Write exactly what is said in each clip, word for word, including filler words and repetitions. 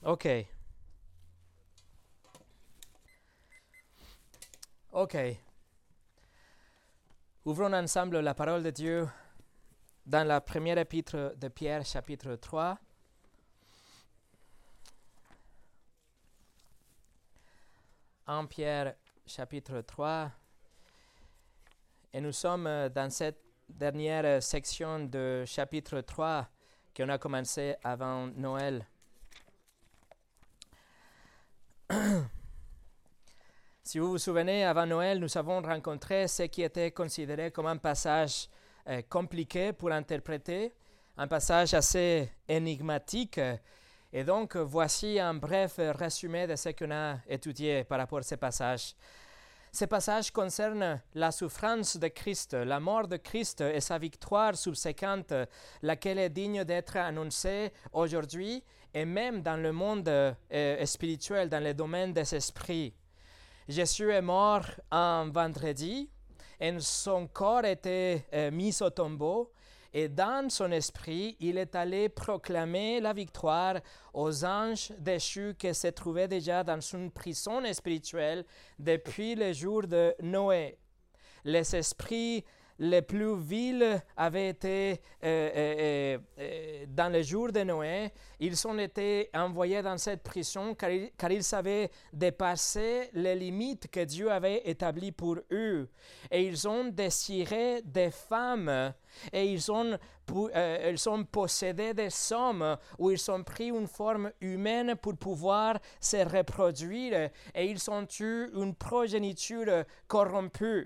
Ok. Ok. Ouvrons ensemble la parole de Dieu dans la première épître de Pierre, chapitre trois. un Pierre, chapitre trois. Et nous sommes dans cette dernière section de chapitre trois qu'on a commencé avant Noël. Si vous vous souvenez, avant Noël, nous avons rencontré ce qui était considéré comme un passage euh, compliqué pour interpréter, un passage assez énigmatique. Et donc, voici un bref résumé de ce qu'on a étudié par rapport à ce passage. Ce passage concerne la souffrance de Christ, la mort de Christ et sa victoire subséquente, laquelle est digne d'être annoncée aujourd'hui et même dans le monde euh, spirituel, dans le domaine des esprits. Jésus est mort un vendredi et son corps était euh, mis au tombeau et dans son esprit, il est allé proclamer la victoire aux anges déchus qui se trouvaient déjà dans une prison spirituelle depuis le jour de Noé. Les esprits les plus vils avaient été euh, euh, euh, dans le jour de Noé. Ils ont été envoyés dans cette prison car, car ils avaient dépassé les limites que Dieu avait établies pour eux. Et ils ont désiré des femmes et ils ont, euh, ils ont possédé des hommes où ils ont pris une forme humaine pour pouvoir se reproduire et ils ont eu une progéniture corrompue.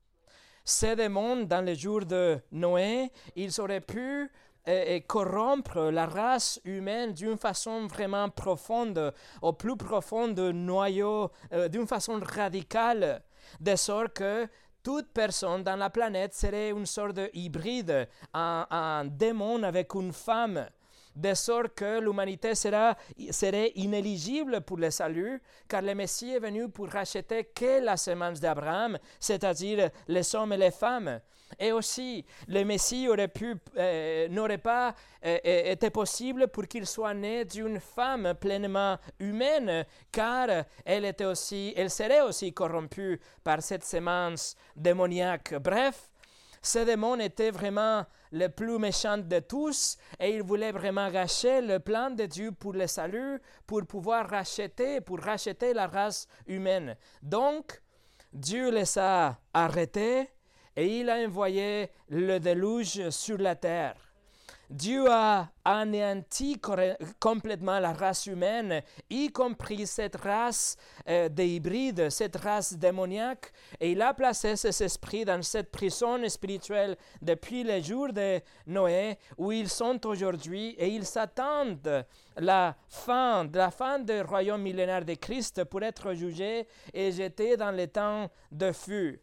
Ces démons, dans les jours de Noé, ils auraient pu euh, corrompre la race humaine d'une façon vraiment profonde, au plus profond de noyau, euh, d'une façon radicale, de sorte que toute personne dans la planète serait une sorte de hybride, un, un démon avec une femme, de sorte que l'humanité sera, serait inéligible pour le salut, car le Messie est venu pour racheter que la semence d'Abraham, c'est-à-dire les hommes et les femmes. Et aussi, le Messie aurait pu, euh, n'aurait pas euh, été possible pour qu'il soit né d'une femme pleinement humaine, car elle, était aussi, elle serait aussi corrompue par cette semence démoniaque. Bref, ce démon était vraiment le plus méchant de tous et il voulait vraiment gâcher le plan de Dieu pour le salut, pour pouvoir racheter, pour racheter la race humaine. Donc, Dieu les a arrêtés et il a envoyé le déluge sur la terre. Dieu a anéanti complètement la race humaine, y compris cette race euh, des hybrides, cette race démoniaque, et il a placé ces esprits dans cette prison spirituelle depuis les jours de Noé, où ils sont aujourd'hui, et ils s'attendent la fin, la fin du royaume millénaire de Christ pour être jugés et jetés dans les temps de feu.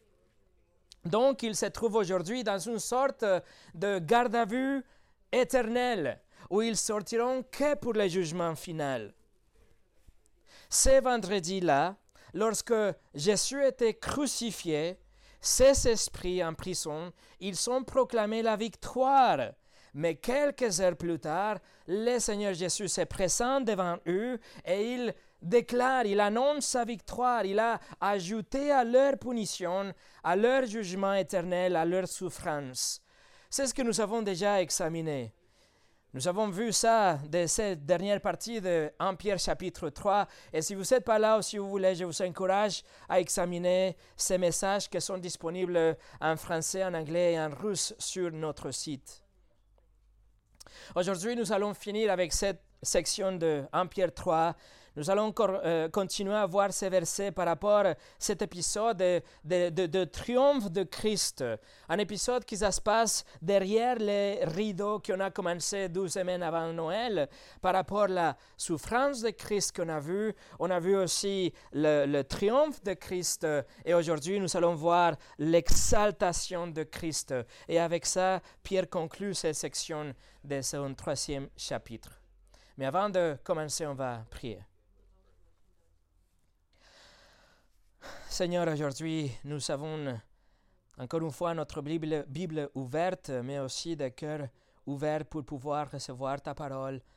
Donc, ils se trouvent aujourd'hui dans une sorte de garde à vue éternel, où ils sortiront que pour le jugement final. Ce vendredi-là, lorsque Jésus était crucifié, ces esprits en prison, ils ont proclamé la victoire. Mais quelques heures plus tard, le Seigneur Jésus se présente devant eux et il déclare, il annonce sa victoire, il a ajouté à leur punition, à leur jugement éternel, à leur souffrance. C'est ce que nous avons déjà examiné. Nous avons vu ça de cette dernière partie de un Pierre chapitre trois. Et si vous n'êtes pas là ou si vous voulez, je vous encourage à examiner ces messages qui sont disponibles en français, en anglais et en russe sur notre site. Aujourd'hui, nous allons finir avec cette section de un Pierre trois. Nous allons encore, euh, continuer à voir ces versets par rapport à cet épisode de, de, de, de triomphe de Christ. Un épisode qui se passe derrière les rideaux qu'on a commencé douze semaines avant Noël par rapport à la souffrance de Christ qu'on a vu. On a vu aussi le, le triomphe de Christ et aujourd'hui nous allons voir l'exaltation de Christ. Et avec ça, Pierre conclut cette section de son troisième chapitre. Mais avant de commencer, on va prier. Seigneur, aujourd'hui, nous avons encore une fois notre Bible, Bible ouverte, mais aussi des cœurs ouverts pour pouvoir recevoir ta parole.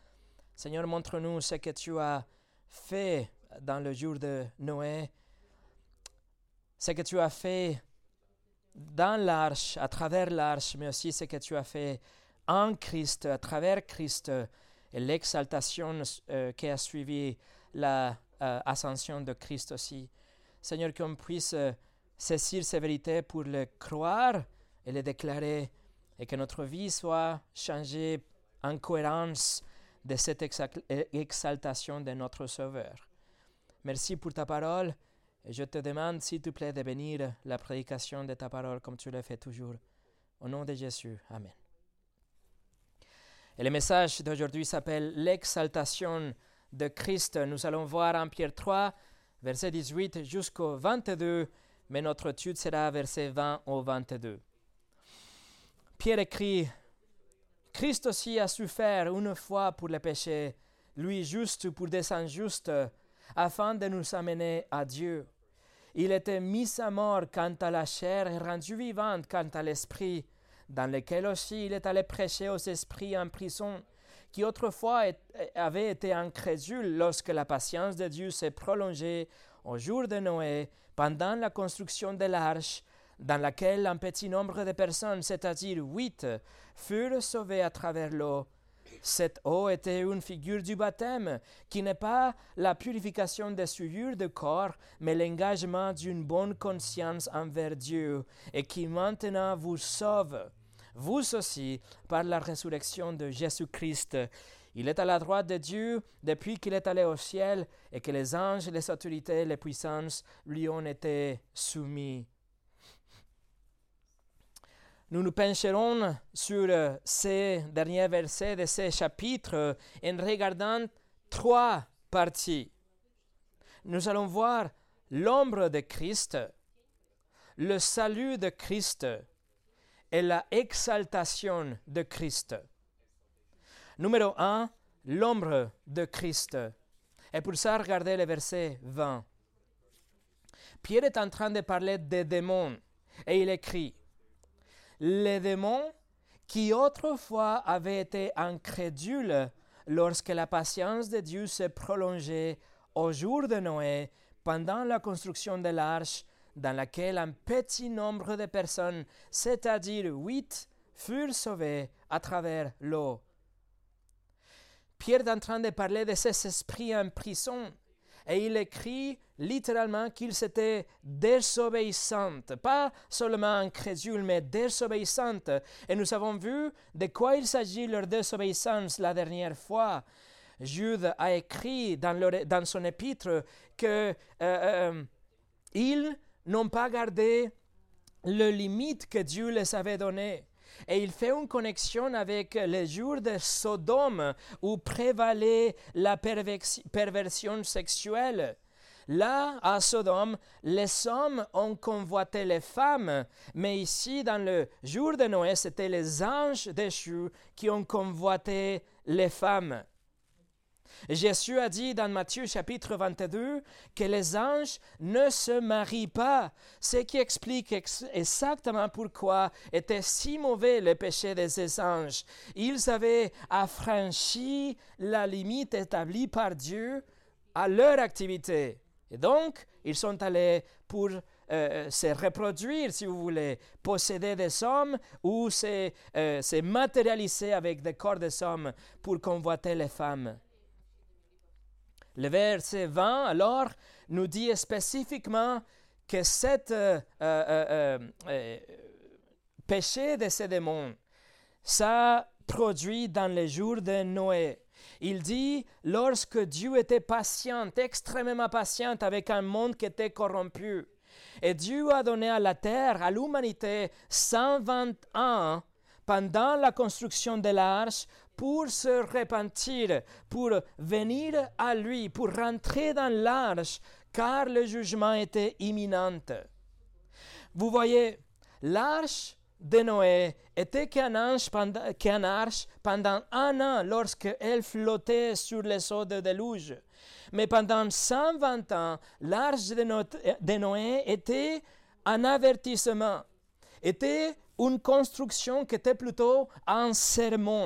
Seigneur, montre-nous ce que tu as fait dans le jour de Noé, ce que tu as fait dans l'arche, à travers l'arche, mais aussi ce que tu as fait en Christ, à travers Christ, et l'exaltation euh, qui a suivi l'ascension euh, de Christ aussi. Seigneur, qu'on puisse euh, saisir ces vérités pour les croire et les déclarer, et que notre vie soit changée en cohérence de cette exaltation de notre Sauveur. Merci pour ta parole. Et je te demande, s'il te plaît, de bénir la prédication de ta parole comme tu le fais toujours. Au nom de Jésus. Amen. Et le message d'aujourd'hui s'appelle l'exaltation de Christ. Nous allons voir en Pierre trois, verset dix-huit jusqu'au vingt-deux, mais notre étude sera verset vingt au vingt-deux. Pierre écrit, « Christ aussi a souffert une fois pour les péchés, lui juste pour des injustes, afin de nous amener à Dieu. Il était mis à mort quant à la chair et rendu vivant quant à l'esprit, dans lequel aussi il est allé prêcher aux esprits en prison, qui autrefois avaient été incrédules lorsque la patience de Dieu s'est prolongée au jour de Noé, pendant la construction de l'arche, dans laquelle un petit nombre de personnes, c'est-à-dire huit, furent sauvées à travers l'eau. Cette eau était une figure du baptême, qui n'est pas la purification des souillures du corps, mais l'engagement d'une bonne conscience envers Dieu, et qui maintenant vous sauve, vous aussi, par la résurrection de Jésus-Christ. Il est à la droite de Dieu depuis qu'il est allé au ciel, et que les anges, les autorités, les puissances lui ont été soumis. Nous nous pencherons sur ces derniers versets de ces chapitres en regardant trois parties. Nous allons voir l'ombre de Christ, le salut de Christ et la exaltation de Christ. Numéro un, l'ombre de Christ. Et pour ça, regardez le verset vingt. Pierre est en train de parler des démons et il écrit, les démons qui autrefois avaient été incrédules lorsque la patience de Dieu s'est prolongée au jour de Noé, pendant la construction de l'arche, dans laquelle un petit nombre de personnes, c'est-à-dire huit, furent sauvées à travers l'eau. Pierre est en train de parler de ces esprits en prison. Et il écrit littéralement qu'ils étaient désobéissantes, pas seulement incrédules, mais désobéissantes. Et nous avons vu de quoi il s'agit leur désobéissance la dernière fois. Jude a écrit dans, leur, dans son épître qu'ils euh, euh, n'ont pas gardé les limites que Dieu les avait données. Et il fait une connexion avec les jours de Sodome où prévalait la perversion sexuelle. Là, à Sodome, les hommes ont convoité les femmes, mais ici, dans le jour de Noé, c'était les anges déchus qui ont convoité les femmes. Jésus a dit dans Matthieu chapitre vingt-deux que les anges ne se marient pas, ce qui explique ex- exactement pourquoi était si mauvais le péché de ces anges. Ils avaient affranchi la limite établie par Dieu à leur activité. Et donc, ils sont allés pour euh, se reproduire, si vous voulez, posséder des hommes ou se, euh, se matérialiser avec des corps des hommes pour convoiter les femmes. Le verset vingt, alors, nous dit spécifiquement que cet euh, euh, euh, péché de ces démons, ça produit dans les jours de Noé. Il dit, lorsque Dieu était patient, extrêmement patient avec un monde qui était corrompu, et Dieu a donné à la terre, à l'humanité, cent vingt ans pendant la construction de l'arche, pour se repentir, pour venir à lui, pour rentrer dans l'arche, car le jugement était imminent. Vous voyez, l'arche de Noé était qu'un arche pendant, qu'un arche pendant un an lorsqu'elle flottait sur les eaux de déluge. Mais pendant cent vingt ans, l'arche de, no- de Noé était un avertissement, était une construction qui était plutôt un sermon.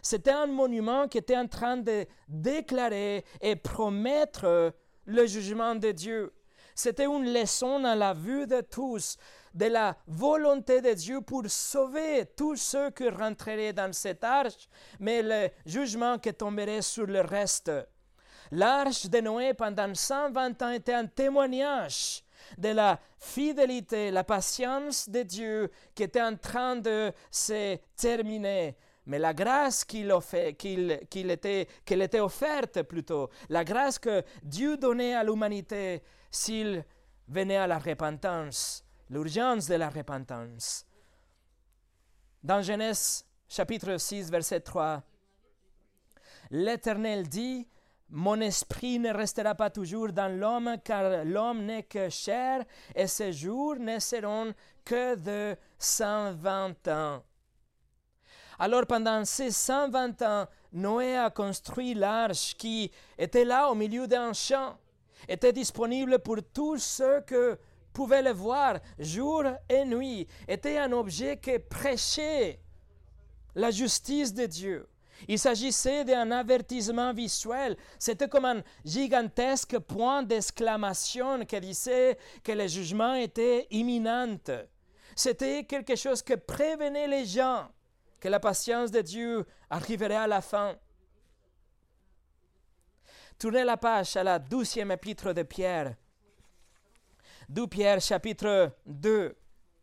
C'était un monument qui était en train de déclarer et promettre le jugement de Dieu. C'était une leçon dans la vue de tous, de la volonté de Dieu pour sauver tous ceux qui rentreraient dans cette arche, mais le jugement qui tomberait sur le reste. L'arche de Noé pendant cent vingt ans était un témoignage de la fidélité, la patience de Dieu qui était en train de se terminer. Mais la grâce qu'il, offert, qu'il, qu'il était, qu'elle était offerte plutôt, la grâce que Dieu donnait à l'humanité s'il venait à la repentance, l'urgence de la repentance. Dans Genèse chapitre six, verset trois, l'Éternel dit, « Mon esprit ne restera pas toujours dans l'homme, car l'homme n'est que chair, et ses jours ne seront que de cent vingt ans. » Alors pendant ces cent vingt ans, Noé a construit l'arche qui était là au milieu d'un champ, était disponible pour tous ceux qui pouvaient le voir jour et nuit, était un objet qui prêchait la justice de Dieu. Il s'agissait d'un avertissement visuel. C'était comme un gigantesque point d'exclamation qui disait que le jugement était imminent. C'était quelque chose qui prévenait les gens que la patience de Dieu arriverait à la fin. Tournez la page à la douzième épître de Pierre. deux Pierre chapitre deux.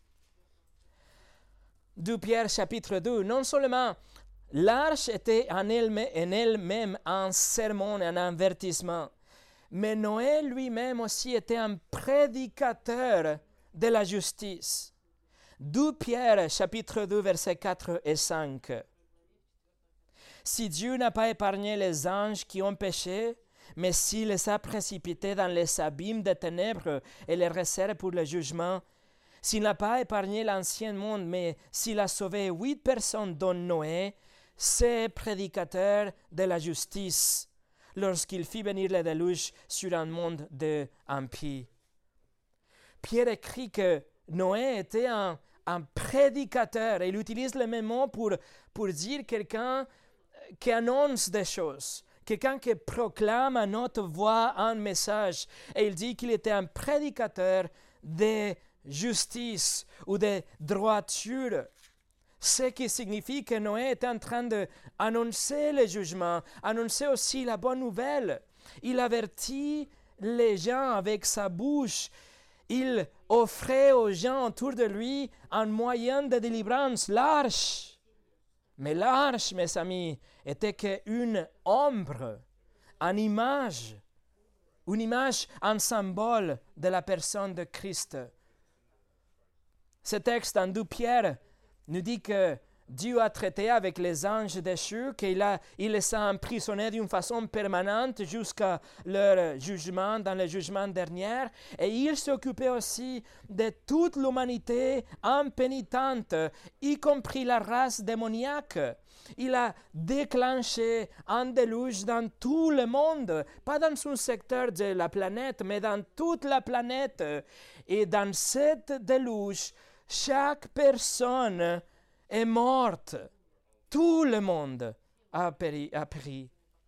deux Pierre chapitre deux. Non seulement l'arche était en elle-même un sermon, un avertissement, mais Noé lui-même aussi était un prédicateur de la justice. deux Pierre chapitre deux versets quatre et cinq. Si Dieu n'a pas épargné les anges qui ont péché, mais s'il les a précipités dans les abîmes des ténèbres et les réserve pour le jugement, s'il n'a pas épargné l'ancien monde, mais s'il a sauvé huit personnes dont Noé, c'est prédicateur de la justice, lorsqu'il fit venir le déluge sur un monde d'impies. Pierre écrit que Noé était un, un prédicateur, et il utilise le même mot pour, pour dire quelqu'un qui annonce des choses, quelqu'un qui proclame à notre voix un message, et il dit qu'il était un prédicateur de justice ou de droiture. Ce qui signifie que Noé était en train d'annoncer le jugement, annoncer aussi la bonne nouvelle. Il avertit les gens avec sa bouche. Il offrait aux gens autour de lui un moyen de délivrance, l'arche. Mais l'arche, mes amis, était qu'une ombre, une image, une image, un symbole de la personne de Christ. Ce texte dans deux Pierre nous dit que Dieu a traité avec les anges déchus, qu'il a, il les a emprisonnés d'une façon permanente jusqu'à leur jugement, dans le jugement dernier. Et il s'occupait aussi de toute l'humanité impénitente, y compris la race démoniaque. Il a déclenché un déluge dans tout le monde, pas dans un secteur de la planète, mais dans toute la planète. Et dans cette déluge, chaque personne est morte. Tout le monde a péri. A péri.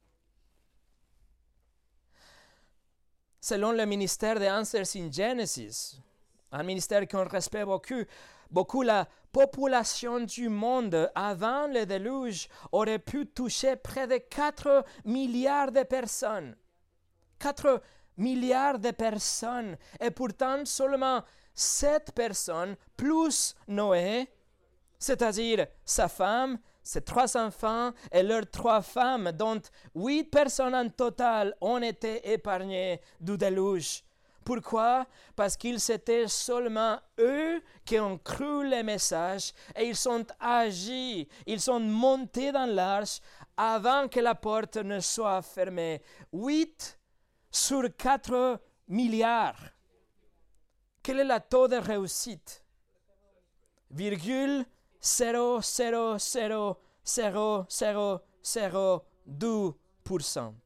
Selon le ministère de Answers in Genesis, un ministère qu'on respecte beaucoup, beaucoup, la population du monde avant le déluge aurait pu toucher près de quatre milliards de personnes. quatre milliards de personnes. Et pourtant, seulement sept personnes, plus Noé, c'est-à-dire sa femme, ses trois enfants et leurs trois femmes, dont huit personnes en total ont été épargnées du déluge. Pourquoi? Parce qu'ils étaient seulement eux qui ont cru le message et ils sont agis, ils sont montés dans l'arche avant que la porte ne soit fermée. huit sur quatre milliards. Quel est le taux de réussite? Virgule zéro zéro zéro zéro zéro zéro deux pour cent.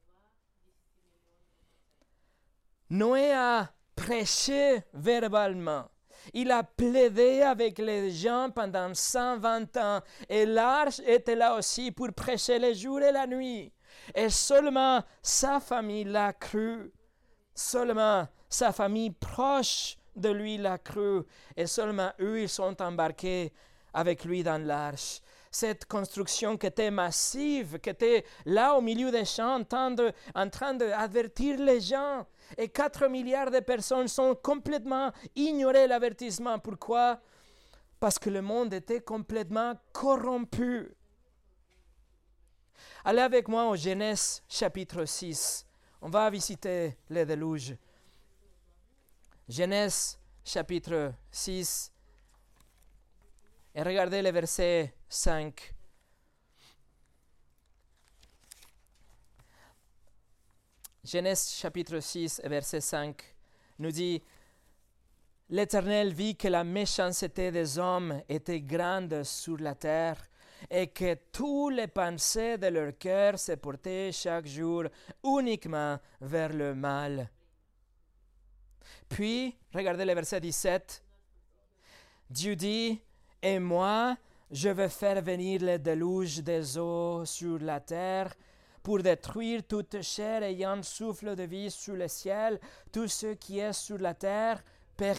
Noé a prêché verbalement. Il a plaidé avec les gens pendant cent vingt ans et l'arche était là aussi pour prêcher les jours et la nuit. Et seulement sa famille l'a cru. Seulement sa famille proche de lui l'a cru. Et seulement eux, ils sont embarqués avec lui dans l'arche. Cette construction qui était massive, qui était là au milieu des champs, en train, de, en train d'avertir les gens. Et quatre milliards de personnes sont complètement ignoré l'avertissement. Pourquoi? Parce que le monde était complètement corrompu. Allez avec moi au Genèse chapitre six. On va visiter le déluge. Genèse chapitre six. Et regardez le verset cinq. Genèse chapitre six, verset cinq nous dit « L'Éternel vit que la méchanceté des hommes était grande sur la terre et que tous les pensées de leur cœur se portaient chaque jour uniquement vers le mal. » Puis, regardez le verset dix-sept. Dieu dit « Et moi, je vais faire venir le déluge des eaux sur la terre pour détruire toute chair ayant souffle de vie sous le ciel. Tout ce qui est sur la terre périra. »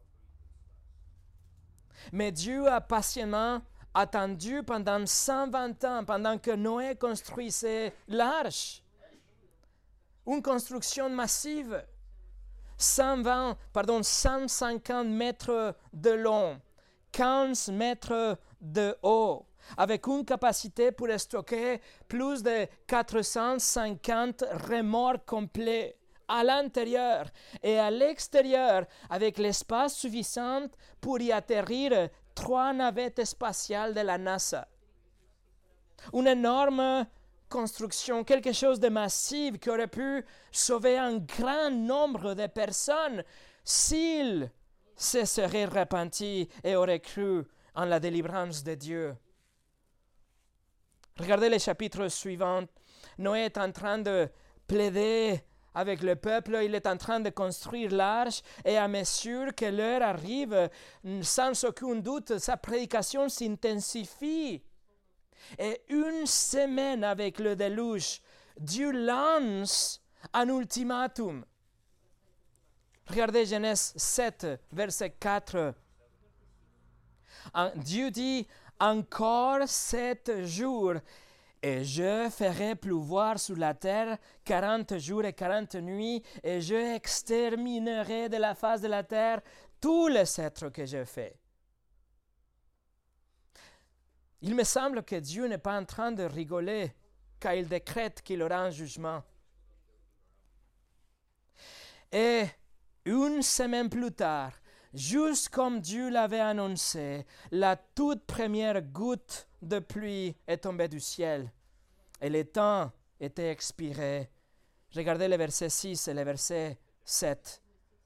Mais Dieu a patiemment attendu pendant cent vingt ans, pendant que Noé construisait l'arche. Une construction massive. cent vingt, pardon, cent cinquante mètres de long, quinze mètres de haut, avec une capacité pour stocker plus de quatre cent cinquante remorques complets à l'intérieur et à l'extérieur, avec l'espace suffisant pour y atterrir trois navettes spatiales de la NASA. Une énorme construction, quelque chose de massif qui aurait pu sauver un grand nombre de personnes s'ils se seraient repentis et auraient cru en la délivrance de Dieu. Regardez le chapitre suivant. Noé est en train de plaider avec le peuple, il est en train de construire l'arche et à mesure que l'heure arrive, sans aucun doute, sa prédication s'intensifie. Et une semaine avec le déluge, Dieu lance un ultimatum. Regardez Genèse sept, verset quatre. Dieu dit, « Encore sept jours, et je ferai pleuvoir sur la terre quarante jours et quarante nuits, et je exterminerai de la face de la terre tous les êtres que j'ai faits. » Il me semble que Dieu n'est pas en train de rigoler quand il décrète qu'il aura un jugement. Et une semaine plus tard, juste comme Dieu l'avait annoncé, la toute première goutte de pluie est tombée du ciel et le temps était expiré. Regardez le verset six et le verset sept.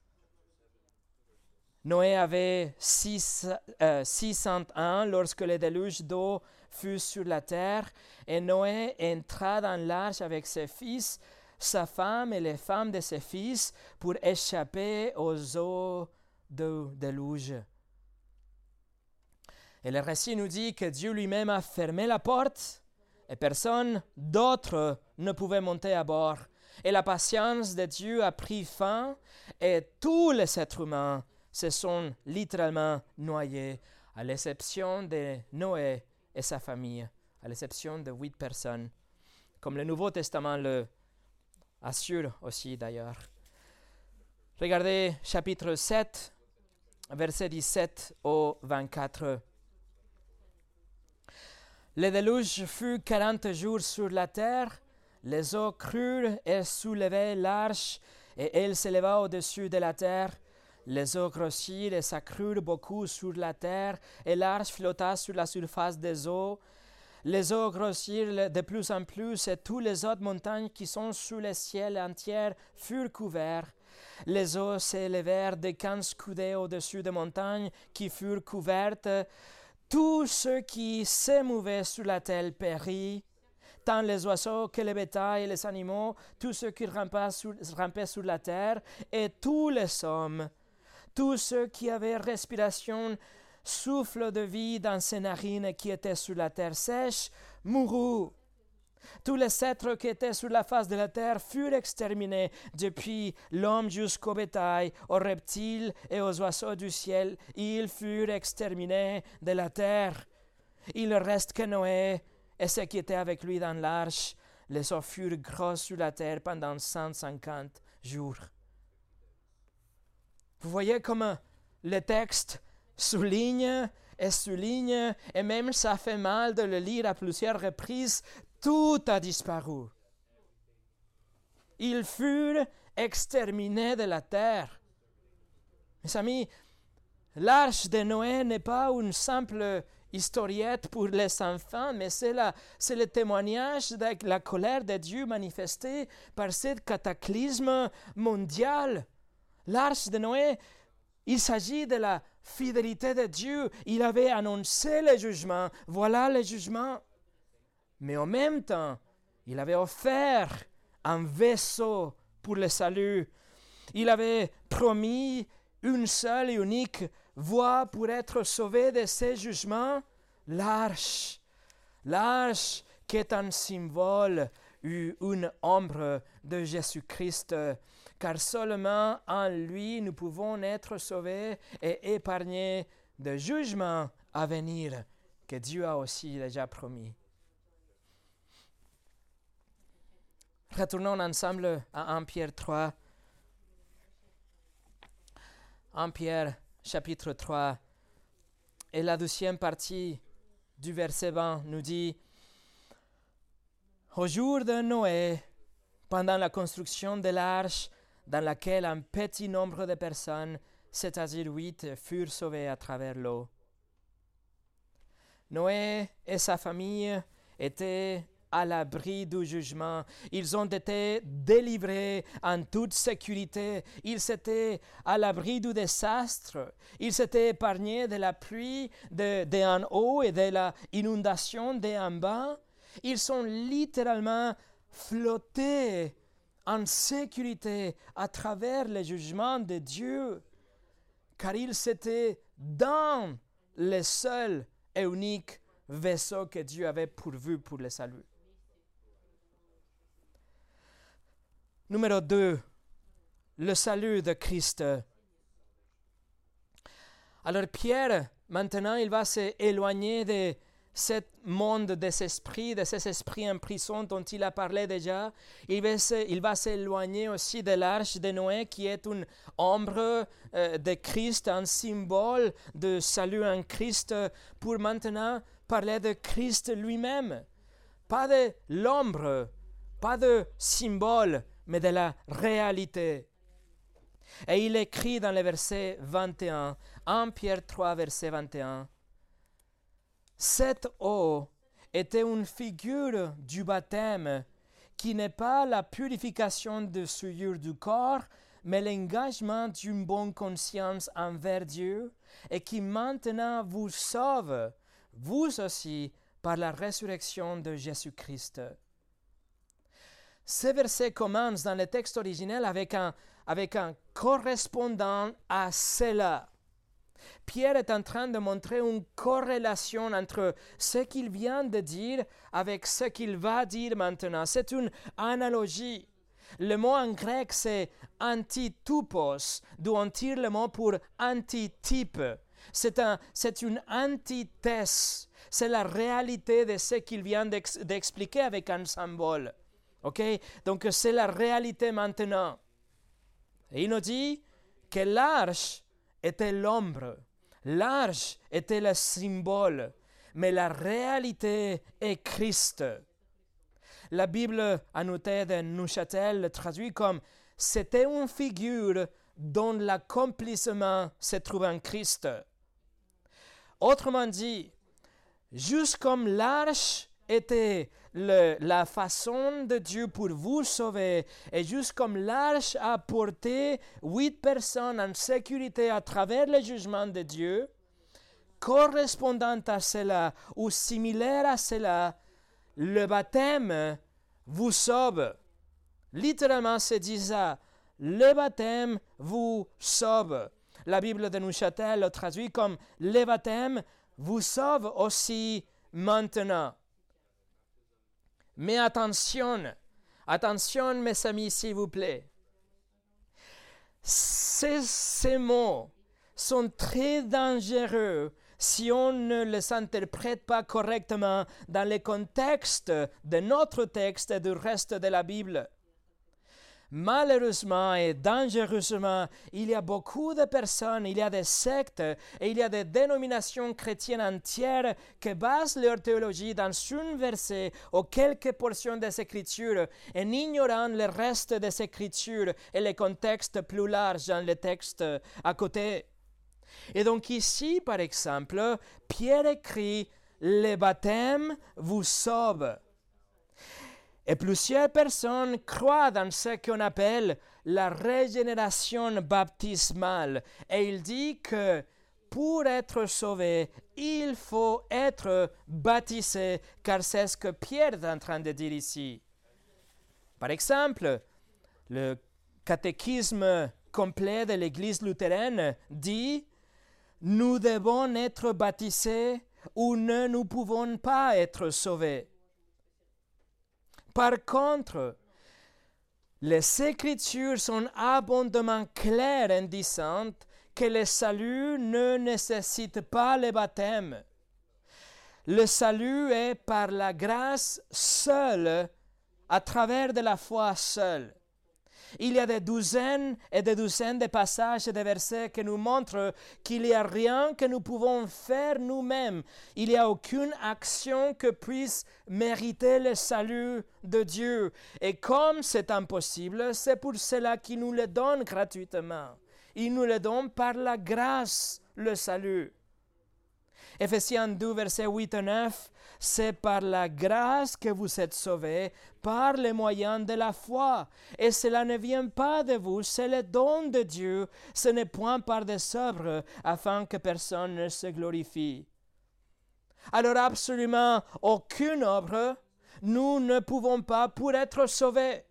Noé avait six, euh, six cents ans lorsque le déluge d'eau fut sur la terre, et Noé entra dans l'arche avec ses fils, sa femme et les femmes de ses fils pour échapper aux eaux du déluge. Et le récit nous dit que Dieu lui-même a fermé la porte et personne d'autre ne pouvait monter à bord. Et la patience de Dieu a pris fin et tous les êtres humains se sont littéralement noyés, à l'exception de Noé et sa famille, à l'exception de huit personnes, comme le Nouveau Testament le assure aussi d'ailleurs. Regardez chapitre sept, versets dix-sept au vingt-quatre. Le déluge fut quarante jours sur la terre, les eaux crurent et soulevaient l'arche, et elle s'éleva au-dessus de la terre. Les eaux grossirent et s'accrurent beaucoup sur la terre, et l'arche flotta sur la surface des eaux. Les eaux grossirent de plus en plus, et toutes les autres montagnes qui sont sous le ciel entier furent couvertes. Les eaux s'élevèrent de quinze coudées au-dessus des montagnes qui furent couvertes. Tout ce qui se mouvait sur la terre périt, tant les oiseaux que les bétails et les animaux, tout ce qui rampait sur, rampait sur la terre, et tous les hommes. Tous ceux qui avaient respiration, souffle de vie dans ses narines et qui étaient sur la terre sèche, moururent. Tous les êtres qui étaient sur la face de la terre furent exterminés, depuis l'homme jusqu'au bétail, aux reptiles et aux oiseaux du ciel. Ils furent exterminés de la terre. Il ne reste que Noé et ceux qui étaient avec lui dans l'arche. Les eaux furent grosses sur la terre pendant cent cinquante jours. Vous voyez comment le texte souligne et souligne, et même ça fait mal de le lire à plusieurs reprises, tout a disparu. Ils furent exterminés de la terre. Mes amis, l'arche de Noé n'est pas une simple historiette pour les enfants, mais c'est, la, c'est le témoignage de la colère de Dieu manifestée par ce cataclysme mondial. L'arche de Noé, il s'agit de la fidélité de Dieu. Il avait annoncé le jugement. Voilà le jugement. Mais en même temps, il avait offert un vaisseau pour le salut. Il avait promis une seule et unique voie pour être sauvé de ces jugements, l'arche. L'arche qui est un symbole ou une ombre de Jésus-Christ, car seulement en lui nous pouvons être sauvés et épargnés de jugements à venir que Dieu a aussi déjà promis. Retournons ensemble à un Pierre trois. un Pierre chapitre trois. Et la deuxième partie du verset vingt nous dit: au jour de Noé, pendant la construction de l'arche, dans laquelle un petit nombre de personnes, c'est-à-dire huit, furent sauvées à travers l'eau. Noé et sa famille étaient à l'abri du jugement. Ils ont été délivrés en toute sécurité. Ils étaient à l'abri du désastre. Ils s'étaient épargnés de la pluie de, de en haut et de l'inondation de en bas. Ils sont littéralement flottés en sécurité à travers le jugement de Dieu, car ils étaient dans le seul et unique vaisseau que Dieu avait pourvu pour le salut. Numéro deux, le salut de Christ. Alors Pierre, maintenant, il va s'éloigner de ce monde des esprits, de ces esprits en prison dont il a parlé déjà. Il va, se, il va s'éloigner aussi de l'arche de Noé, qui est une ombre euh, de Christ, un symbole de salut en Christ, pour maintenant parler de Christ lui-même. Pas de l'ombre, pas de symbole, mais de la réalité. Et il écrit dans le verset vingt et un, un Pierre trois, verset vingt et un, cette eau était une figure du baptême qui n'est pas la purification de souillure du corps, mais l'engagement d'une bonne conscience envers Dieu et qui maintenant vous sauve, vous aussi, par la résurrection de Jésus-Christ. Ce verset commence dans le texte originel avec un, avec un correspondant à cela. Pierre est en train de montrer une corrélation entre ce qu'il vient de dire avec ce qu'il va dire maintenant. C'est une analogie. Le mot en grec, c'est antitupos, d'où on tire le mot pour antitype. C'est, un, c'est une antithèse. C'est la réalité de ce qu'il vient d'ex, d'expliquer avec un symbole. Okay? Donc c'est la réalité maintenant. Et il nous dit que l'arche était l'ombre. L'arche était le symbole, mais la réalité est Christ. La Bible annotée de Neuchâtel le traduit comme « c'était une figure dont l'accomplissement se trouve en Christ ». Autrement dit, juste comme l'arche était le, la façon de Dieu pour vous sauver, et juste comme l'arche a porté huit personnes en sécurité à travers le jugement de Dieu, correspondant à cela ou similaire à cela, le baptême vous sauve. Littéralement, c'est dit ça. Le baptême vous sauve. La Bible de Neuchâtel le traduit comme « Le baptême vous sauve aussi maintenant ». Mais attention, attention mes amis, s'il vous plaît. Ces, ces mots sont très dangereux si on ne les interprète pas correctement dans le contexte de notre texte et du reste de la Bible. Malheureusement et dangereusement, il y a beaucoup de personnes, il y a des sectes et il y a des dénominations chrétiennes entières qui basent leur théologie dans un verset ou quelques portions des Écritures en ignorant le reste des Écritures et le contexte plus large dans le texte à côté. Et donc ici, par exemple, Pierre écrit « Le baptême vous sauve ». Et plusieurs personnes croient dans ce qu'on appelle la régénération baptismale. Et il dit que pour être sauvé, il faut être baptisé, car c'est ce que Pierre est en train de dire ici. Par exemple, le catéchisme complet de l'Église luthérienne dit « Nous devons être baptisés ou ne nous pouvons pas être sauvés ». Par contre, les Écritures sont abondamment claires en disant que le salut ne nécessite pas le baptême. Le salut est par la grâce seule, à travers de la foi seule. Il y a des douzaines et des douzaines de passages et de versets qui nous montrent qu'il n'y a rien que nous pouvons faire nous-mêmes. Il n'y a aucune action que puisse mériter le salut de Dieu. Et comme c'est impossible, c'est pour cela qu'il nous le donne gratuitement. Il nous le donne par la grâce, le salut. Éphésiens deux, versets huit et neuf, c'est par la grâce que vous êtes sauvés, par les moyens de la foi. Et cela ne vient pas de vous, c'est le don de Dieu. Ce n'est point par des œuvres, afin que personne ne se glorifie. Alors absolument aucune œuvre, nous ne pouvons pas pour être sauvés.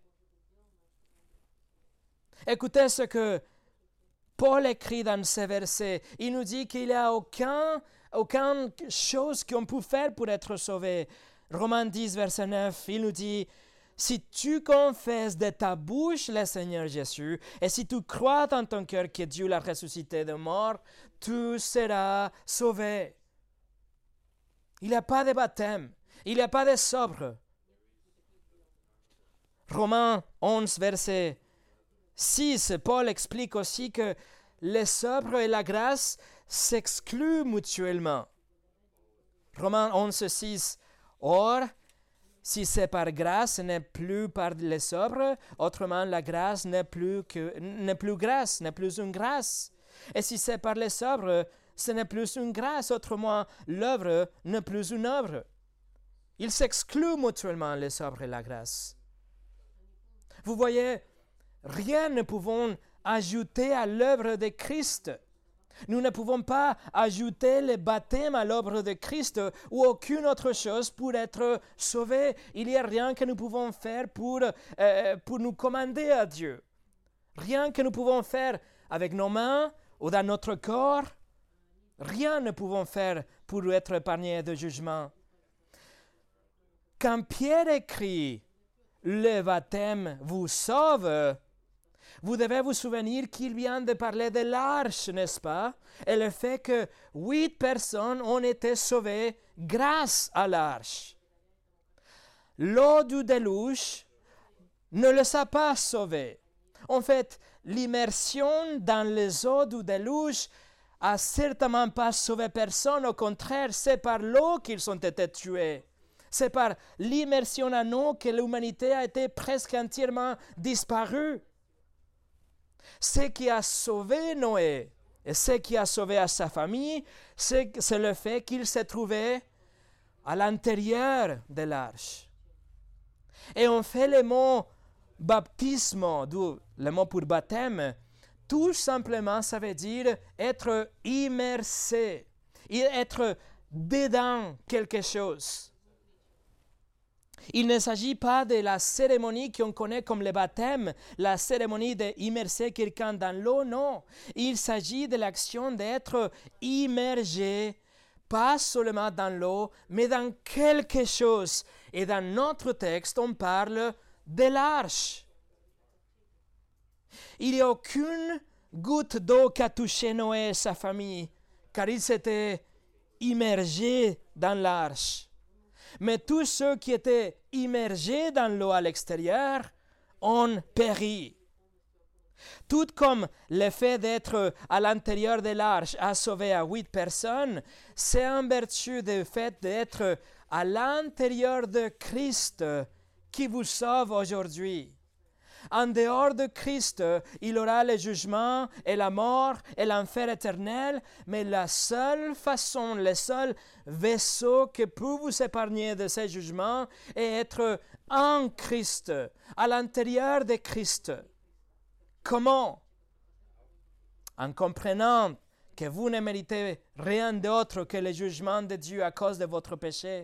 Écoutez ce que Paul écrit dans ce verset. Il nous dit qu'il n'y a aucun Aucune chose qu'on peut faire pour être sauvé. Romains dix, verset neuf, il nous dit « Si tu confesses de ta bouche le Seigneur Jésus, et si tu crois dans ton cœur que Dieu l'a ressuscité de mort, tu seras sauvé. » Il n'y a pas de baptême, il n'y a pas de sobre. Romains onze, verset six, Paul explique aussi que les sobres et la grâce s'excluent mutuellement. Romains onze, six. Or, si c'est par grâce, ce n'est plus par les sobres, autrement la grâce n'est plus, que, n'est plus grâce, n'est plus une grâce. Et si c'est par les sobres, ce n'est plus une grâce, autrement l'œuvre n'est plus une œuvre. Ils s'excluent mutuellement, les sobres et la grâce. Vous voyez, rien ne pouvons ajouter à l'œuvre de Christ. Nous ne pouvons pas ajouter le baptême à l'œuvre de Christ ou aucune autre chose pour être sauvés. Il n'y a rien que nous pouvons faire pour, euh, pour nous commander à Dieu. Rien que nous pouvons faire avec nos mains ou dans notre corps. Rien ne pouvons faire pour être épargnés de jugement. Quand Pierre écrit « Le baptême vous sauve », vous devez vous souvenir qu'il vient de parler de l'arche, n'est-ce pas? Et le fait que huit personnes ont été sauvées grâce à l'arche. L'eau du déluge ne les a pas sauvés. En fait, l'immersion dans les eaux du déluge a certainement pas sauvé personne. Au contraire, c'est par l'eau qu'ils ont été tués. C'est par l'immersion en eau que l'humanité a été presque entièrement disparue. Ce qui a sauvé Noé et ce qui a sauvé à sa famille, c'est, c'est le fait qu'il s'est trouvé à l'intérieur de l'arche. Et on fait le mot baptisme, d'où le mot pour baptême, tout simplement ça veut dire être immersé, être dedans quelque chose. Il ne s'agit pas de la cérémonie qu'on connaît comme le baptême, la cérémonie d'immerser quelqu'un dans l'eau, non. Il s'agit de l'action d'être immergé, pas seulement dans l'eau, mais dans quelque chose. Et dans notre texte, on parle de l'arche. Il n'y a aucune goutte d'eau qui a touché Noé et sa famille, car ils s'étaient immergés dans l'arche. Mais tous ceux qui étaient immergés dans l'eau à l'extérieur ont péri. Tout comme le fait d'être à l'intérieur de l'arche a sauvé à huit personnes, c'est en vertu du fait d'être à l'intérieur de Christ qui vous sauve aujourd'hui. En dehors de Christ, il y aura le jugement et la mort et l'enfer éternel, mais la seule façon, le seul vaisseau qui peut vous épargner de ces jugements est être en Christ, à l'intérieur de Christ. Comment? En comprenant que vous ne méritez rien d'autre que le jugement de Dieu à cause de votre péché.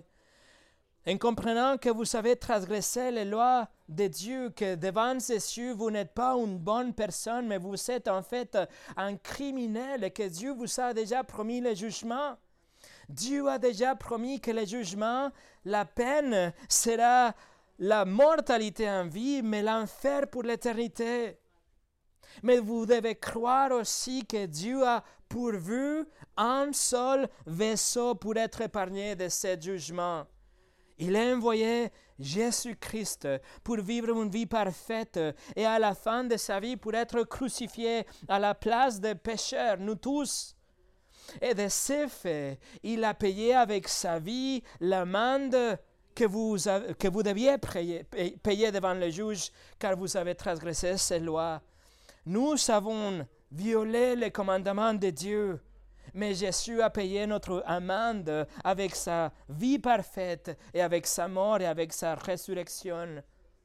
En comprenant que vous avez transgressé les lois de Dieu, que devant ses cieux, vous n'êtes pas une bonne personne, mais vous êtes en fait un criminel et que Dieu vous a déjà promis le jugement. Dieu a déjà promis que le jugement, la peine, sera la mortalité en vie, mais l'enfer pour l'éternité. Mais vous devez croire aussi que Dieu a pourvu un seul vaisseau pour être épargné de ce jugement. Il a envoyé Jésus-Christ pour vivre une vie parfaite et à la fin de sa vie pour être crucifié à la place des pécheurs, nous tous. Et de ce fait, il a payé avec sa vie l'amende que vous, avez, que vous deviez payer, payer devant le juge car vous avez transgressé ces lois. Nous avons violé les commandements de Dieu. Mais Jésus a payé notre amende avec sa vie parfaite et avec sa mort et avec sa résurrection.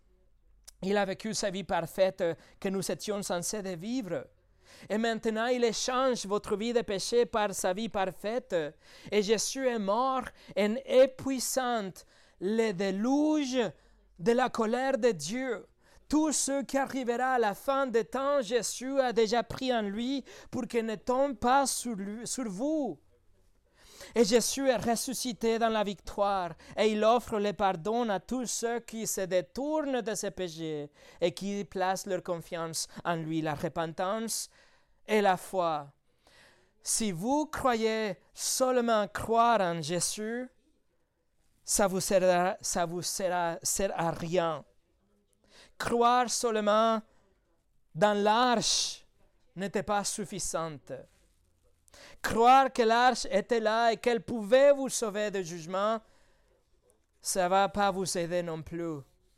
Il a vécu sa vie parfaite que nous étions censés de vivre. Et maintenant, il échange votre vie de péché par sa vie parfaite. Et Jésus est mort en épuisant le déluge de la colère de Dieu. Tout ce qui arrivera à la fin des temps, Jésus a déjà pris en lui pour qu'il ne tombe pas sur, lui, sur vous. Et Jésus est ressuscité dans la victoire et il offre le pardon à tous ceux qui se détournent de ses péchés et qui placent leur confiance en lui, la repentance et la foi. Si vous croyez seulement croire en Jésus, ça vous sera, ça vous sera, sert à rien. Croire seulement dans l'arche n'était pas suffisante. Croire que l'arche était là et qu'elle pouvait vous sauver du jugement, ça ne va pas vous aider non plus.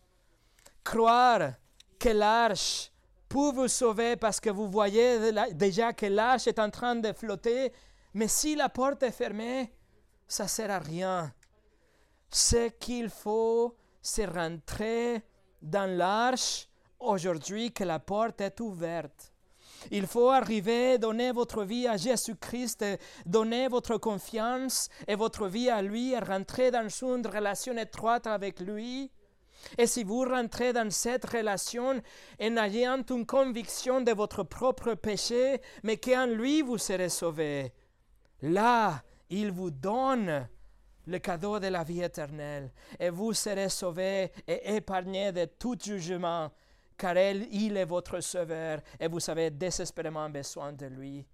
Croire que l'arche peut vous sauver parce que vous voyez déjà que l'arche est en train de flotter, mais si la porte est fermée, ça ne sert à rien. Ce qu'il faut, c'est rentrer dans l'arche, aujourd'hui que la porte est ouverte. Il faut arriver, donner votre vie à Jésus-Christ, donner votre confiance et votre vie à lui et rentrer dans une relation étroite avec lui. Et si vous rentrez dans cette relation en ayant une conviction de votre propre péché, mais qu'en lui vous serez sauvé, là, il vous donne le cadeau de la vie éternelle, et vous serez sauvés et épargnés de tout jugement, car elle, il est votre sauveur, et vous avez désespérément besoin de lui.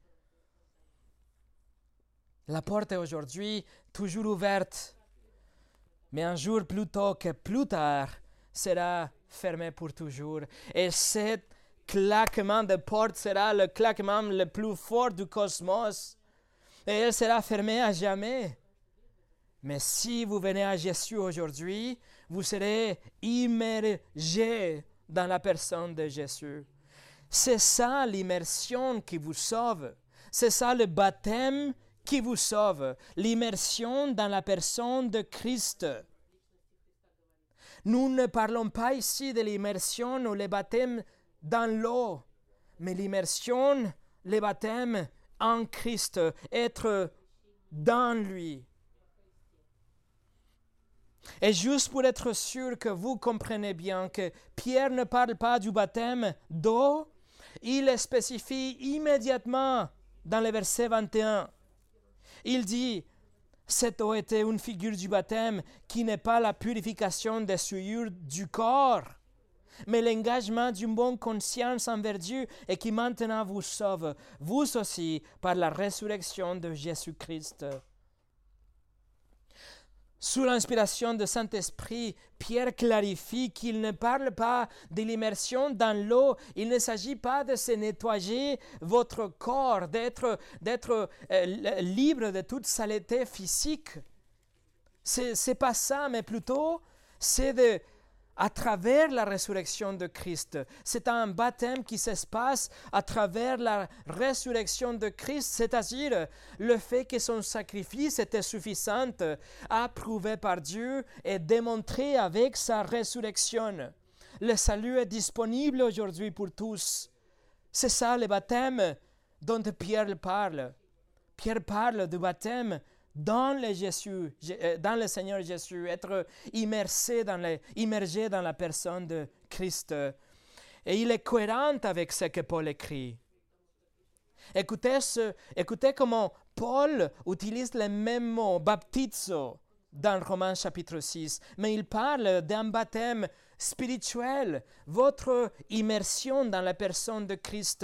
La porte est aujourd'hui toujours ouverte, mais un jour plus tôt que plus tard, sera fermée pour toujours. Et ce claquement de porte sera le claquement le plus fort du cosmos, et elle sera fermée à jamais. Mais si vous venez à Jésus aujourd'hui, vous serez immergé dans la personne de Jésus. C'est ça l'immersion qui vous sauve. C'est ça le baptême qui vous sauve. L'immersion dans la personne de Christ. Nous ne parlons pas ici de l'immersion ou le baptême dans l'eau, mais l'immersion, le baptême en Christ, être dans lui. Et juste pour être sûr que vous comprenez bien que Pierre ne parle pas du baptême d'eau, il spécifie immédiatement dans le verset vingt et un. Il dit, cette eau était une figure du baptême qui n'est pas la purification des souillures du corps, mais l'engagement d'une bonne conscience envers Dieu et qui maintenant vous sauve, vous aussi, par la résurrection de Jésus-Christ. Sous l'inspiration du Saint-Esprit, Pierre clarifie qu'il ne parle pas de l'immersion dans l'eau. Il ne s'agit pas de se nettoyer votre corps, d'être, d'être euh, libre de toute saleté physique. C'est, c'est pas ça, mais plutôt, c'est de... à travers la résurrection de Christ. C'est un baptême qui se passe à travers la résurrection de Christ, c'est-à-dire le fait que son sacrifice était suffisant, approuvé par Dieu et démontré avec sa résurrection. Le salut est disponible aujourd'hui pour tous. C'est ça le baptême dont Pierre parle. Pierre parle du baptême dans le, Jésus, dans le Seigneur Jésus, être immersé dans, les, immergé dans la personne de Christ. Et il est cohérent avec ce que Paul écrit. Écoutez, ce, écoutez comment Paul utilise le même mot, baptizo, dans Romains chapitre six, mais il parle d'un baptême spirituel, votre immersion dans la personne de Christ.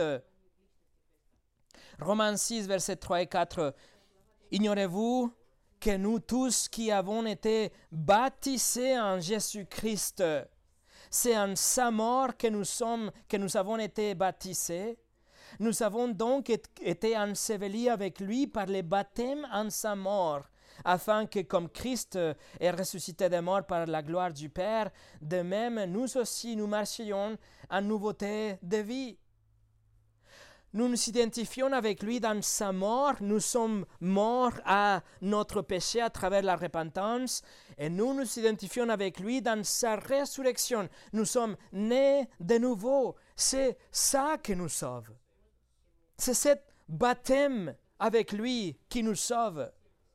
Romains six, versets trois et quatre. Ignorez-vous que nous tous qui avons été baptisés en Jésus-Christ, c'est en sa mort que nous sommes, que nous avons été baptisés. Nous avons donc été ensevelis avec lui par le baptême en sa mort, afin que comme Christ est ressuscité des morts par la gloire du Père, de même nous aussi nous marchions en nouveauté de vie. Nous nous identifions avec lui dans sa mort, nous sommes morts à notre péché à travers la repentance et nous nous identifions avec lui dans sa résurrection. Nous sommes nés de nouveau. C'est ça qui nous sauve. C'est ce baptême avec lui qui nous sauve.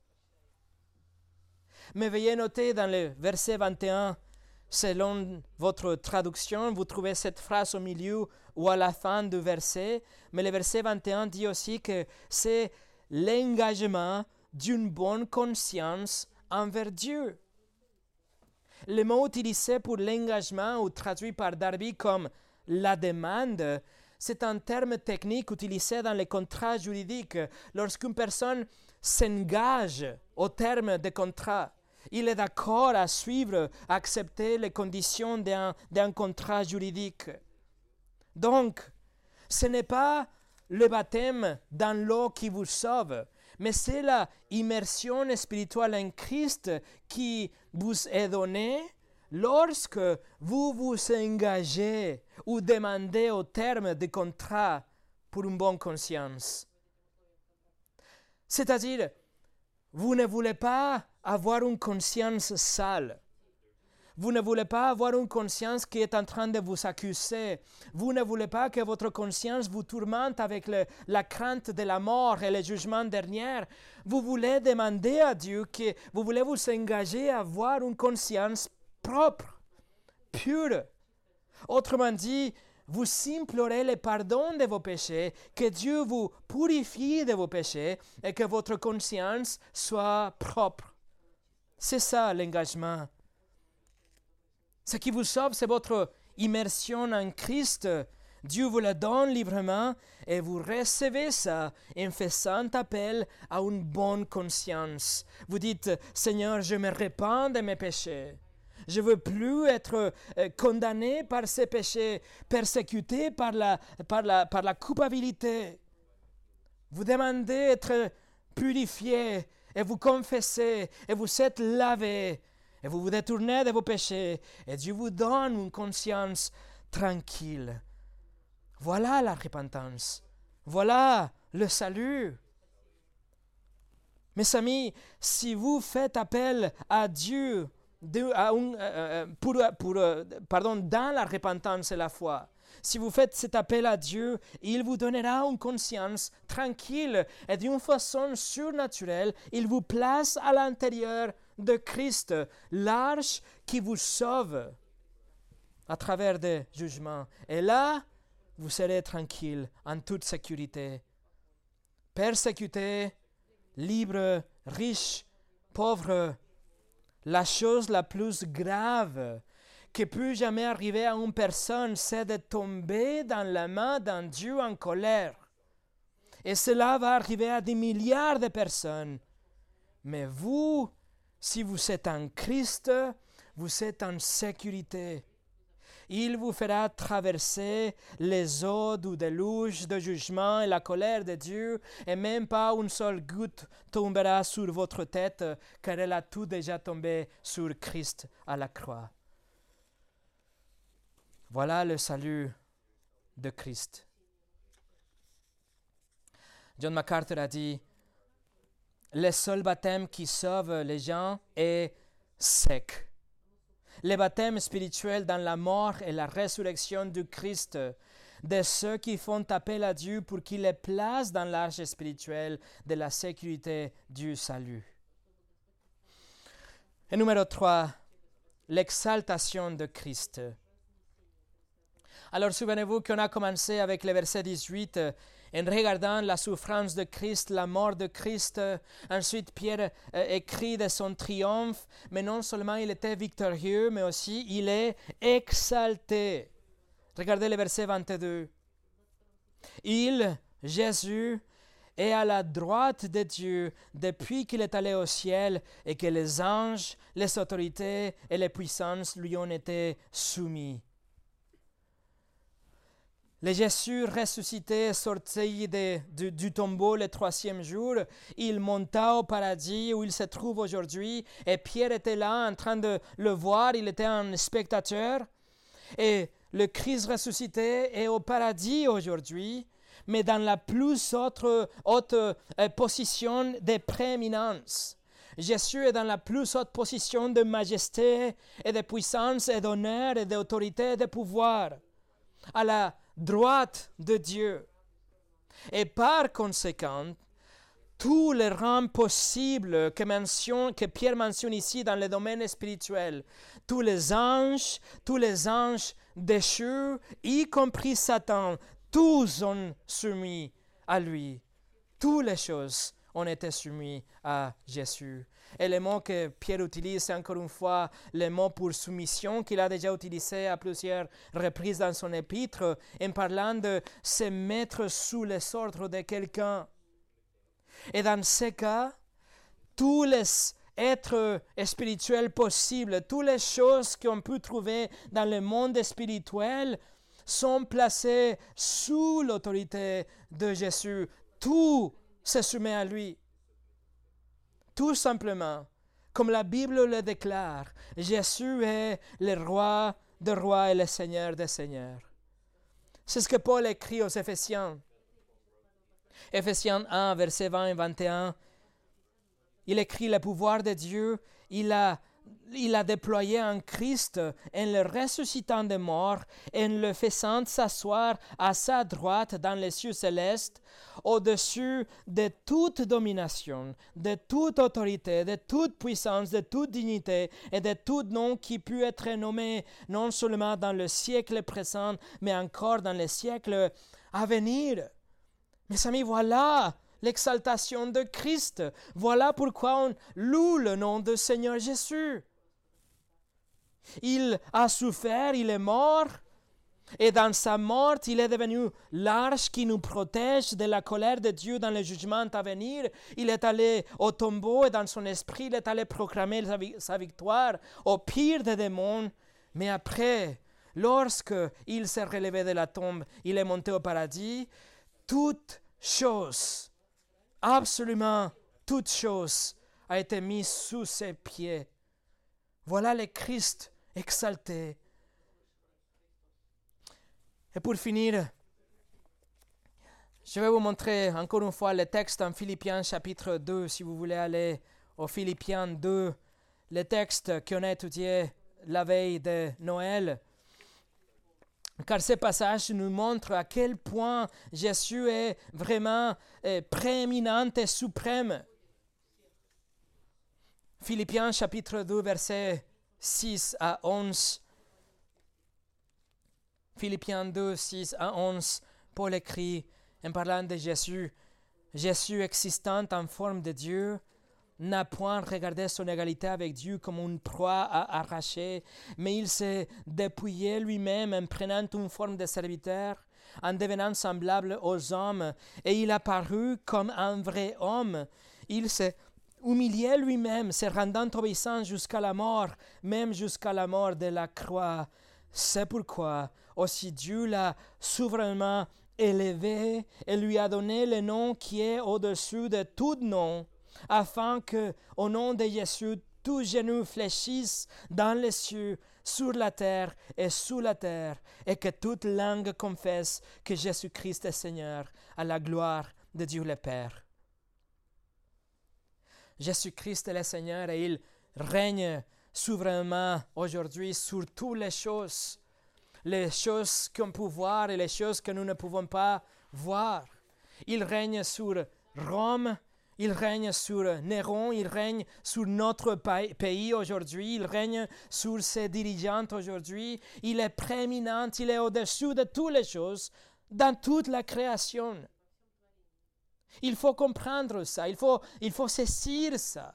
Mais veuillez noter dans le verset vingt et un, selon votre traduction, vous trouvez cette phrase au milieu ou à la fin du verset, mais le verset vingt et un dit aussi que c'est l'engagement d'une bonne conscience envers Dieu. Le mot utilisé pour l'engagement ou traduit par Darby comme la demande, c'est un terme technique utilisé dans les contrats juridiques lorsqu'une personne s'engage au terme de contrat. Il est d'accord à suivre, à accepter les conditions d'un, d'un contrat juridique. Donc, ce n'est pas le baptême dans l'eau qui vous sauve, mais c'est la immersion spirituelle en Christ qui vous est donnée lorsque vous vous engagez ou demandez au terme du contrat pour une bonne conscience. C'est-à-dire, vous ne voulez pas avoir une conscience sale. Vous ne voulez pas avoir une conscience qui est en train de vous accuser. Vous ne voulez pas que votre conscience vous tourmente avec le, la crainte de la mort et le jugement dernier. Vous voulez demander à Dieu que vous voulez vous engager à avoir une conscience propre, pure. Autrement dit, vous implorez le pardon de vos péchés, que Dieu vous purifie de vos péchés et que votre conscience soit propre. C'est ça l'engagement. Ce qui vous sauve, c'est votre immersion en Christ. Dieu vous le donne librement et vous recevez ça en faisant appel à une bonne conscience. Vous dites, Seigneur, je me repens de mes péchés. Je ne veux plus être euh, condamné par ces péchés, persécuté par la, par, la, par la culpabilité. Vous demandez d'être purifié et vous confessez et vous êtes lavé. Et vous vous détournez de vos péchés, et Dieu vous donne une conscience tranquille. Voilà la repentance. Voilà le salut. Mes amis, si vous faites appel à Dieu de, à un, euh, pour, pour, euh, pardon, dans la repentance et la foi, Si vous faites cet appel à Dieu, il vous donnera une conscience tranquille et d'une façon surnaturelle, il vous place à l'intérieur de Christ, l'arche qui vous sauve à travers des jugements. Et là, vous serez tranquille, en toute sécurité. Persécuté, libre, riche, pauvre, la chose la plus grave qui peut jamais arriver à une personne, c'est de tomber dans la main d'un Dieu en colère. Et cela va arriver à des milliards de personnes. Mais vous, si vous êtes en Christ, vous êtes en sécurité. Il vous fera traverser les eaux du déluge de jugement et la colère de Dieu, et même pas une seule goutte tombera sur votre tête, car elle a tout déjà tombé sur Christ à la croix. Voilà le salut de Christ. John MacArthur a dit, le seul baptême qui sauve les gens est sec. Le baptême spirituel dans la mort et la résurrection du Christ, de ceux qui font appel à Dieu pour qu'il les place dans l'arche spirituelle de la sécurité du salut. Et numéro trois, l'exaltation de Christ. Alors souvenez-vous qu'on a commencé avec le verset dix-huit, en regardant la souffrance de Christ, la mort de Christ. Ensuite, Pierre euh, écrit de son triomphe, mais non seulement il était victorieux, mais aussi il est exalté. Regardez le verset vingt-deux. Il, Jésus, est à la droite de Dieu depuis qu'il est allé au ciel et que les anges, les autorités et les puissances lui ont été soumis. Le Jésus ressuscité sorti de, de, du tombeau le troisième jour, il monta au paradis où il se trouve aujourd'hui, et Pierre était là en train de le voir, il était un spectateur, et le Christ ressuscité est au paradis aujourd'hui, mais dans la plus haute, haute euh, position de prééminence. Jésus est dans la plus haute position de majesté et de puissance et d'honneur et d'autorité et de pouvoir, à la droite de Dieu. Et par conséquent, tous les rangs possibles que, mentionne, que Pierre mentionne ici dans le domaine spirituel, tous les anges, tous les anges déchus, y compris Satan, tous ont soumis à lui. Toutes les choses ont été soumises à Jésus. Et le mot que Pierre utilise, c'est encore une fois le mot pour soumission qu'il a déjà utilisé à plusieurs reprises dans son épître, en parlant de se mettre sous les ordres de quelqu'un. Et dans ce cas, tous les êtres spirituels possibles, toutes les choses qu'on peut trouver dans le monde spirituel sont placées sous l'autorité de Jésus. Tout se soumet à lui. Tout simplement, comme la Bible le déclare, Jésus est le roi des rois et le Seigneur des seigneurs. C'est ce que Paul écrit aux Éphésiens. Éphésiens un, versets vingt et vingt et un. Il écrit le pouvoir de Dieu, il a, il a déployé en Christ en le ressuscitant des morts, en le faisant s'asseoir à sa droite dans les cieux célestes, au-dessus de toute domination, de toute autorité, de toute puissance, de toute dignité et de tout nom qui peut être nommé non seulement dans le siècle présent, mais encore dans les siècles à venir. Mes amis, voilà l'exaltation de Christ. Voilà pourquoi on loue le nom de Seigneur Jésus. Il a souffert, il est mort, et dans sa mort, il est devenu l'arche qui nous protège de la colère de Dieu dans le jugement à venir. Il est allé au tombeau et dans son esprit, il est allé proclamer sa victoire au pire des démons. Mais après, lorsque il s'est relevé de la tombe, il est monté au paradis, toute chose, absolument toute chose, a été mise sous ses pieds. Voilà le Christ exalté. Et pour finir, je vais vous montrer encore une fois le texte en Philippiens chapitre deux, si vous voulez aller au Philippiens deux, le texte qu'on a étudié la veille de Noël. car ce passage nous montre à quel point Jésus est vraiment euh, prééminent et suprême. Philippiens chapitre deux, versets six à onze. Philippiens deux, six à onze, Paul écrit en parlant de Jésus, « Jésus existant en forme de Dieu, n'a point regardé son égalité avec Dieu comme une proie à arracher, mais il s'est dépouillé lui-même en prenant une forme de serviteur, en devenant semblable aux hommes, et il a paru comme un vrai homme. Il s'est humilié lui-même, se rendant obéissant jusqu'à la mort, même jusqu'à la mort de la croix. C'est pourquoi aussi Dieu l'a souverainement élevé et lui a donné le nom qui est au-dessus de tout nom, afin que, au nom de Jésus, tout genou fléchisse dans les cieux, sur la terre et sous la terre, et que toute langue confesse que Jésus-Christ est Seigneur, à la gloire de Dieu le Père. Jésus-Christ est le Seigneur et il règne souverainement aujourd'hui sur toutes les choses, les choses qu'on peut voir et les choses que nous ne pouvons pas voir. Il règne sur Rome, il règne sur Néron, il règne sur notre pays aujourd'hui, il règne sur ses dirigeants aujourd'hui. Il est prééminent, il est au-dessus de toutes les choses, dans toute la création. Il faut comprendre ça, il faut, il faut saisir ça.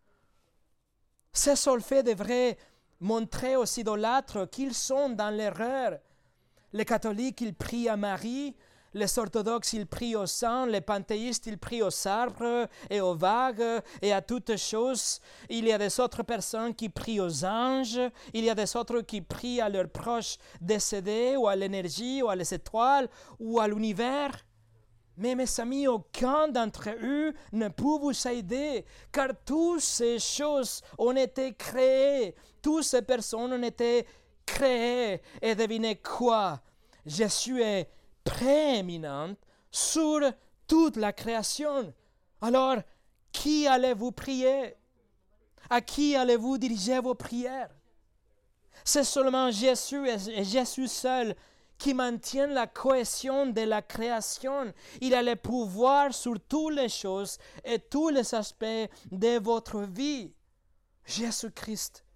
Ce seul fait devrait montrer aux idolâtres qu'ils sont dans l'erreur. Les catholiques, ils prient à Marie, les orthodoxes, ils prient au sang, les panthéistes, ils prient aux arbres et aux vagues et à toutes choses. Il y a des autres personnes qui prient aux anges, il y a des autres qui prient à leurs proches décédés ou à l'énergie ou à les étoiles ou à l'univers. Mais mes amis, aucun d'entre eux ne peut vous aider, car toutes ces choses ont été créées, toutes ces personnes ont été créées. Et devinez quoi? Jésus est prééminent sur toute la création. Alors, qui allez-vous prier? À qui allez-vous diriger vos prières? C'est seulement Jésus et Jésus seul qui maintient la cohésion de la création. Il a le pouvoir sur toutes les choses et tous les aspects de votre vie. Jésus-Christ.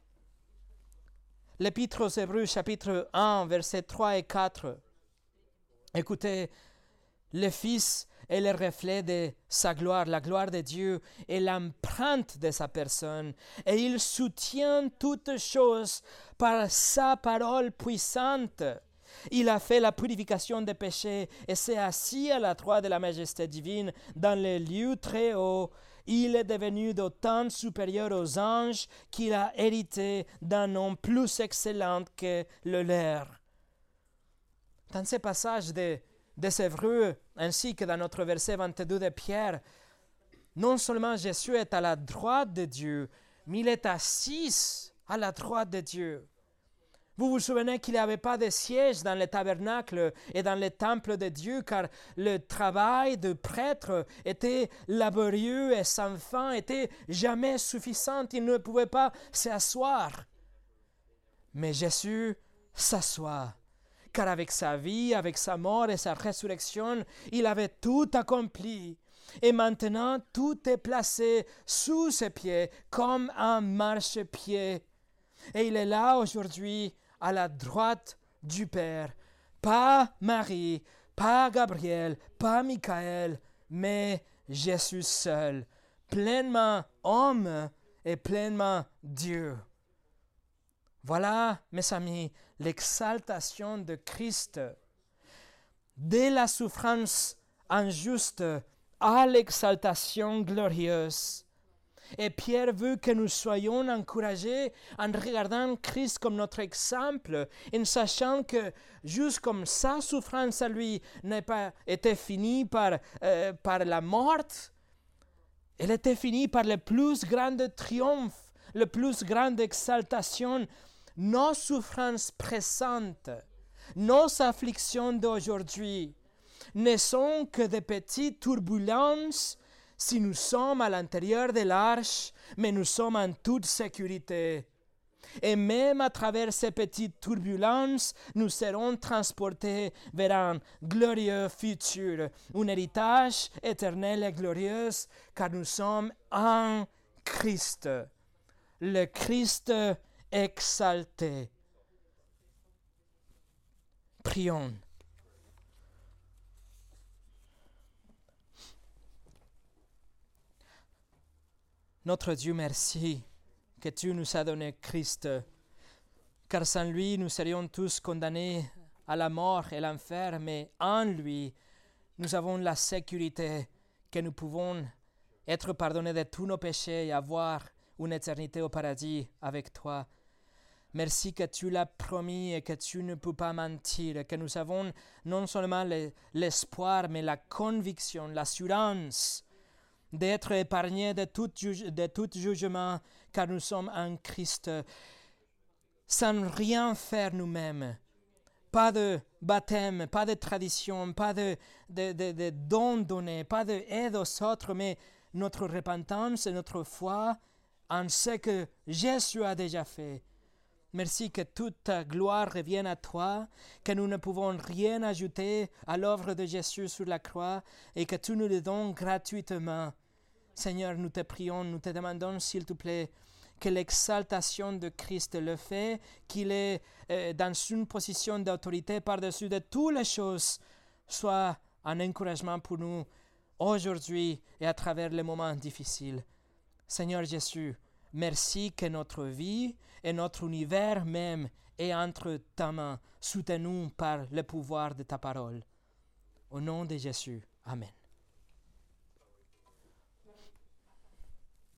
L'Épître aux Hébreux, chapitre un, versets trois et quatre. Écoutez, le Fils est le reflet de sa gloire, la gloire de Dieu et l'empreinte de sa personne. Et il soutient toutes choses par sa parole puissante. Il a fait la purification des péchés et s'est assis à la droite de la majesté divine dans les lieux très hauts. Il est devenu d'autant supérieur aux anges qu'il a hérité d'un nom plus excellent que le leur. Dans ce passage de, des Hébreux, ainsi que dans notre verset vingt-deux de Pierre, non seulement Jésus est à la droite de Dieu, mais il est assis à la droite de Dieu. Vous vous souvenez qu'il n'y avait pas de siège dans le tabernacle et dans le temple de Dieu, car le travail de prêtre était laborieux et sans fin, était jamais suffisant. Il ne pouvait pas s'asseoir. Mais Jésus s'assoit, car avec sa vie, avec sa mort et sa résurrection, il avait tout accompli. Et maintenant, tout est placé sous ses pieds comme un marchepied. Et il est là aujourd'hui, à la droite du Père. Pas Marie, pas Gabriel, pas Michael, mais Jésus seul, pleinement homme et pleinement Dieu. Voilà, mes amis, l'exaltation de Christ. Dès la souffrance injuste à l'exaltation glorieuse. Et Pierre veut que nous soyons encouragés en regardant Christ comme notre exemple, en sachant que juste comme sa souffrance à lui n'a pas été finie par, euh, par la mort, elle était finie par le plus grand triomphe, le plus grande exaltation. Nos souffrances présentes, nos afflictions d'aujourd'hui ne sont que de petites turbulences si nous sommes à l'intérieur de l'arche, mais nous sommes en toute sécurité. Et même à travers ces petites turbulences, nous serons transportés vers un glorieux futur, un héritage éternel et glorieux, car nous sommes en Christ, le Christ exalté. Prions. Notre Dieu, merci que tu nous as donné Christ, car sans lui, nous serions tous condamnés à la mort et l'enfer, mais en lui, nous avons la sécurité que nous pouvons être pardonnés de tous nos péchés et avoir une éternité au paradis avec toi. Merci que tu l'as promis et que tu ne peux pas mentir, que nous avons non seulement l'espoir, mais la conviction, l'assurance d'être épargnés de tout, juge, de tout jugement, car nous sommes en Christ, sans rien faire nous-mêmes. Pas de baptême, pas de tradition, pas de, de, de, de dons donnés, pas d'aide aux autres, mais notre repentance et notre foi en ce que Jésus a déjà fait. Merci que toute ta gloire revienne à toi, que nous ne pouvons rien ajouter à l'œuvre de Jésus sur la croix et que tu nous le donnes gratuitement. Seigneur, nous te prions, nous te demandons, s'il te plaît, que l'exaltation de Christ, le fait qu'il est euh, dans une position d'autorité par-dessus de toutes les choses, soit un encouragement pour nous aujourd'hui et à travers les moments difficiles. Seigneur Jésus, merci que notre vie et notre univers même est entre ta main, soutenu par le pouvoir de ta parole. Au nom de Jésus, Amen.